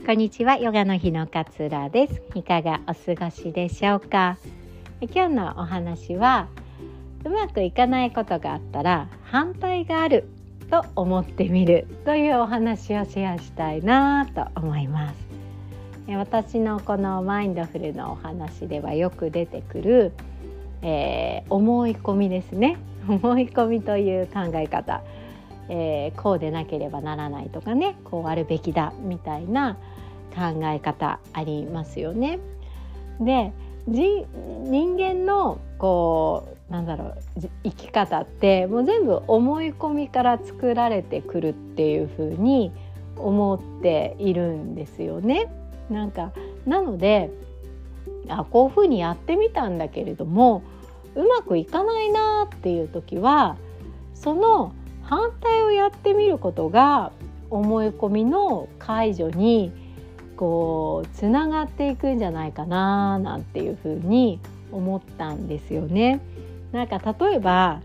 こんにちは、ヨガの日の勝浦です。いかがお過ごしでしょうか。今日のお話は、うまくいかないことがあったら反対があると思ってみるというお話をシェアしたいなと思います。私のこのマインドフルのお話ではよく出てくる、思い込みですね。思い込みという考え方、こうでなければならないとかね、こうあるべきだみたいな考え方ありますよね。で、人間の生き方ってもう全部思い込みから作られてくるっていうふうに思っているんですよね。なのでこういうふうにやってみたんだけれどもうまくいかないなっていう時は、その反対をやってみることが思い込みの解除につながっていくんじゃないかななんていうふうに思ったんですよね。例えば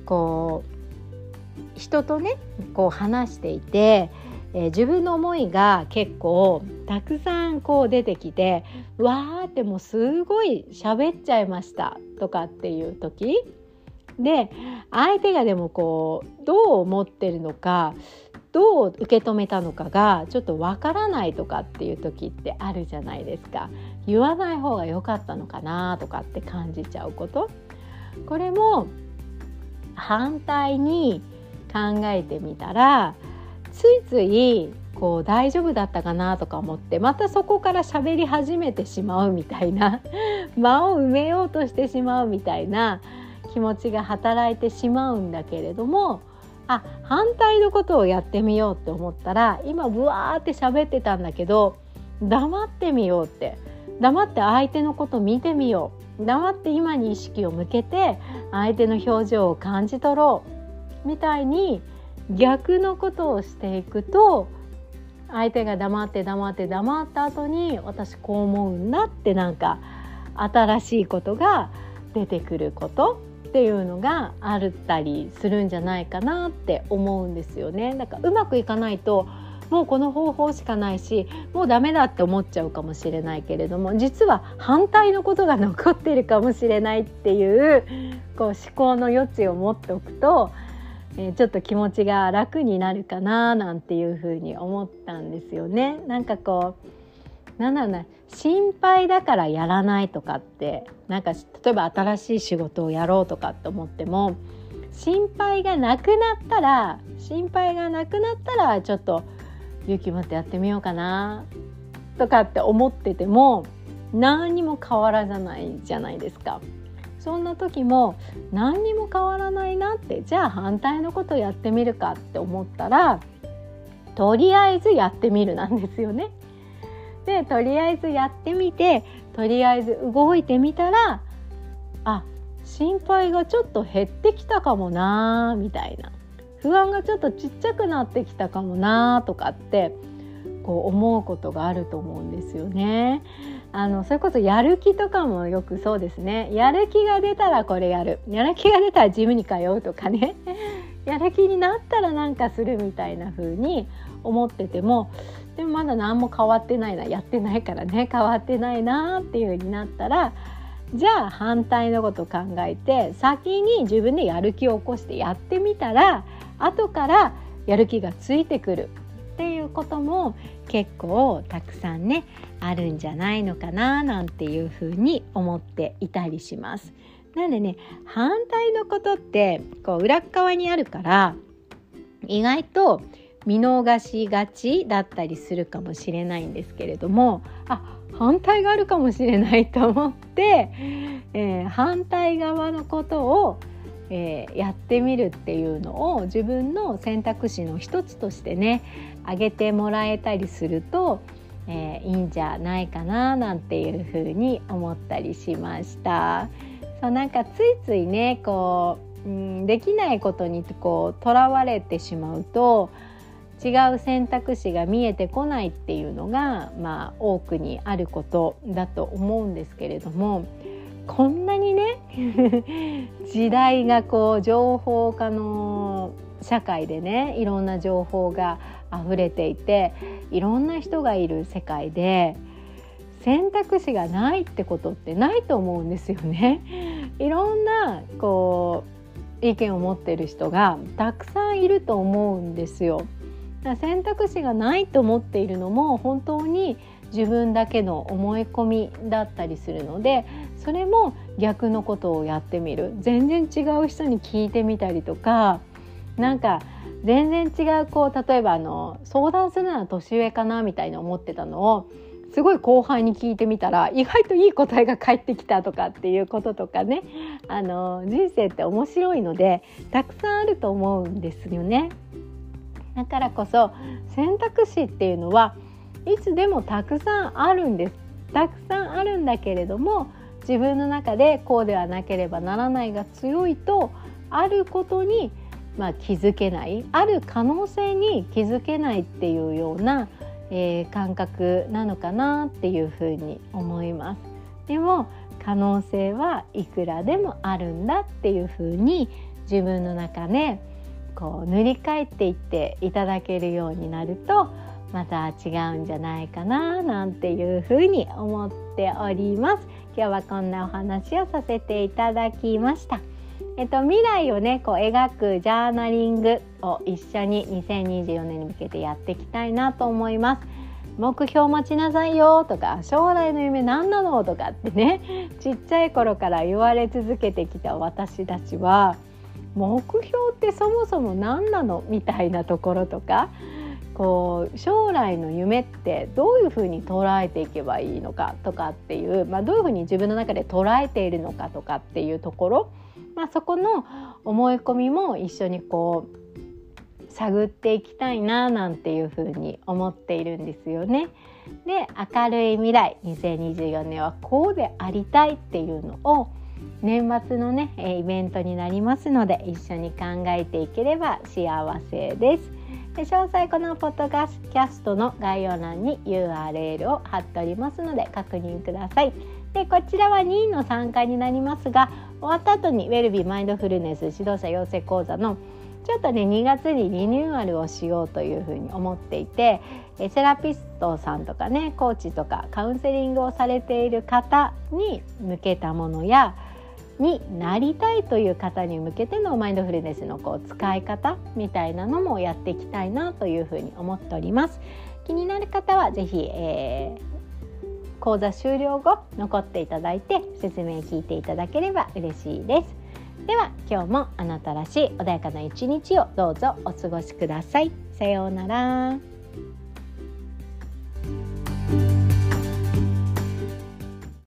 人とね話していて、自分の思いが結構たくさん出てきて、わーってもうすごい喋っちゃいましたとかっていう時で、相手がでもどう思ってるのか、どう受け止めたのかがちょっとわからないとかっていう時ってあるじゃないですか。言わない方が良かったのかなとかって感じちゃうこと、これも反対に考えてみたら、ついつい大丈夫だったかなとか思ってまたそこから喋り始めてしまうみたいな間を埋めようとしてしまうみたいな気持ちが働いてしまうんだけれども、反対のことをやってみようって思ったら、今ブワーって喋ってたんだけど黙ってみようって、黙って相手のこと見てみよう、黙って今に意識を向けて相手の表情を感じ取ろうみたいに逆のことをしていくと、相手が黙った後に私こう思うんだって新しいことが出てくることっていうのがあったりするんじゃないかなって思うんですよね。うまくいかないともうこの方法しかないし、もうダメだって思っちゃうかもしれないけれども、実は反対のことが残っているかもしれないっていう思考の余地を持っておくと、ちょっと気持ちが楽になるかななんていうふうに思ったんですよね。心配だからやらないとかって、例えば新しい仕事をやろうとかって思っても、心配がなくなったらちょっと勇気持ってやってみようかなとかって思ってても何にも変わらないじゃないですか。そんな時も何にも変わらないなって、じゃあ反対のことやってみるかって思ったら、とりあえずやってみるなんですよね。で、とりあえずやってみて、とりあえず動いてみたら、心配がちょっと減ってきたかもなみたいな、不安がちょっとちっちゃくなってきたかもなとかって思うことがあると思うんですよね。それこそやる気とかもよくそうですね。やる気が出たらこれやる、やる気が出たらジムに通うとかねやる気になったらするみたいな風に思ってても、でもまだ何も変わってないな、やってないからね、変わってないなっていう風になったら、じゃあ反対のこと考えて先に自分でやる気を起こしてやってみたら、後からやる気がついてくるっていうことも結構たくさんねあるんじゃないのかななんていうふうに思っていたりします。なんでね、反対のことって裏側にあるから意外と見逃しがちだったりするかもしれないんですけれども、反対があるかもしれないと思って、反対側のことをやってみるっていうのを自分の選択肢の一つとしてね挙げてもらえたりすると、いいんじゃないかななんていうふうに思ったりしました。ついついねできないことにとらわれてしまうと、違う選択肢が見えてこないっていうのが多くにあることだと思うんですけれども、こんなにね時代が情報化の社会でね、いろんな情報が溢れていて、いろんな人がいる世界で選択肢がないってことってないと思うんですよね。いろんな意見を持っている人がたくさんいると思うんですよ。だから選択肢がないと思っているのも本当に自分だけの思い込みだったりするので、それも逆のことをやってみる、全然違う人に聞いてみたりとか、なんか全然違う例えば相談するなら年上かなみたいに思ってたのをすごい後輩に聞いてみたら意外といい答えが返ってきたとかっていうこととかね、人生って面白いのでたくさんあると思うんですよね。だからこそ選択肢っていうのはいつでもたくさんあるんです。たくさんあるんだけれども、自分の中でこうではなければならないが強いと、あることに気づけない、ある可能性に気づけないっていうような、感覚なのかなっていうふうに思います。でも可能性はいくらでもあるんだっていうふうに自分の中で塗り替えていっていただけるようになると、また違うんじゃないかななんていうふうに思っております。今日はこんなお話をさせていただきました。未来をね描くジャーナリングを一緒に2024年に向けてやっていきたいなと思います。目標持ちなさいよとか、将来の夢何なのとかってね、ちっちゃい頃から言われ続けてきた私たちは、目標ってそもそも何なのみたいなところとか、将来の夢ってどういうふうに捉えていけばいいのかとかっていう、どういうふうに自分の中で捉えているのかとかっていうところ、そこの思い込みも一緒に探っていきたいななんていうふうに思っているんですよね。で、明るい未来2024年はこうでありたいっていうのを年末のねイベントになりますので、一緒に考えていければ幸せです。で、詳細このポッドキャストの概要欄に URL を貼っておりますので確認ください。で、こちらは任意の参加になりますが、終わった後にウェルビーマインドフルネス指導者養成講座のちょっとね2月にリニューアルをしようというふうに思っていて、セラピストさんとかね、コーチとかカウンセリングをされている方に向けたものや、になりたいという方に向けてのマインドフルネスの使い方みたいなのもやっていきたいなというふうに思っております。気になる方はぜひ、講座終了後残っていただいて説明聞いていただければ嬉しいです。では今日もあなたらしい穏やかな一日をどうぞお過ごしください。さようなら。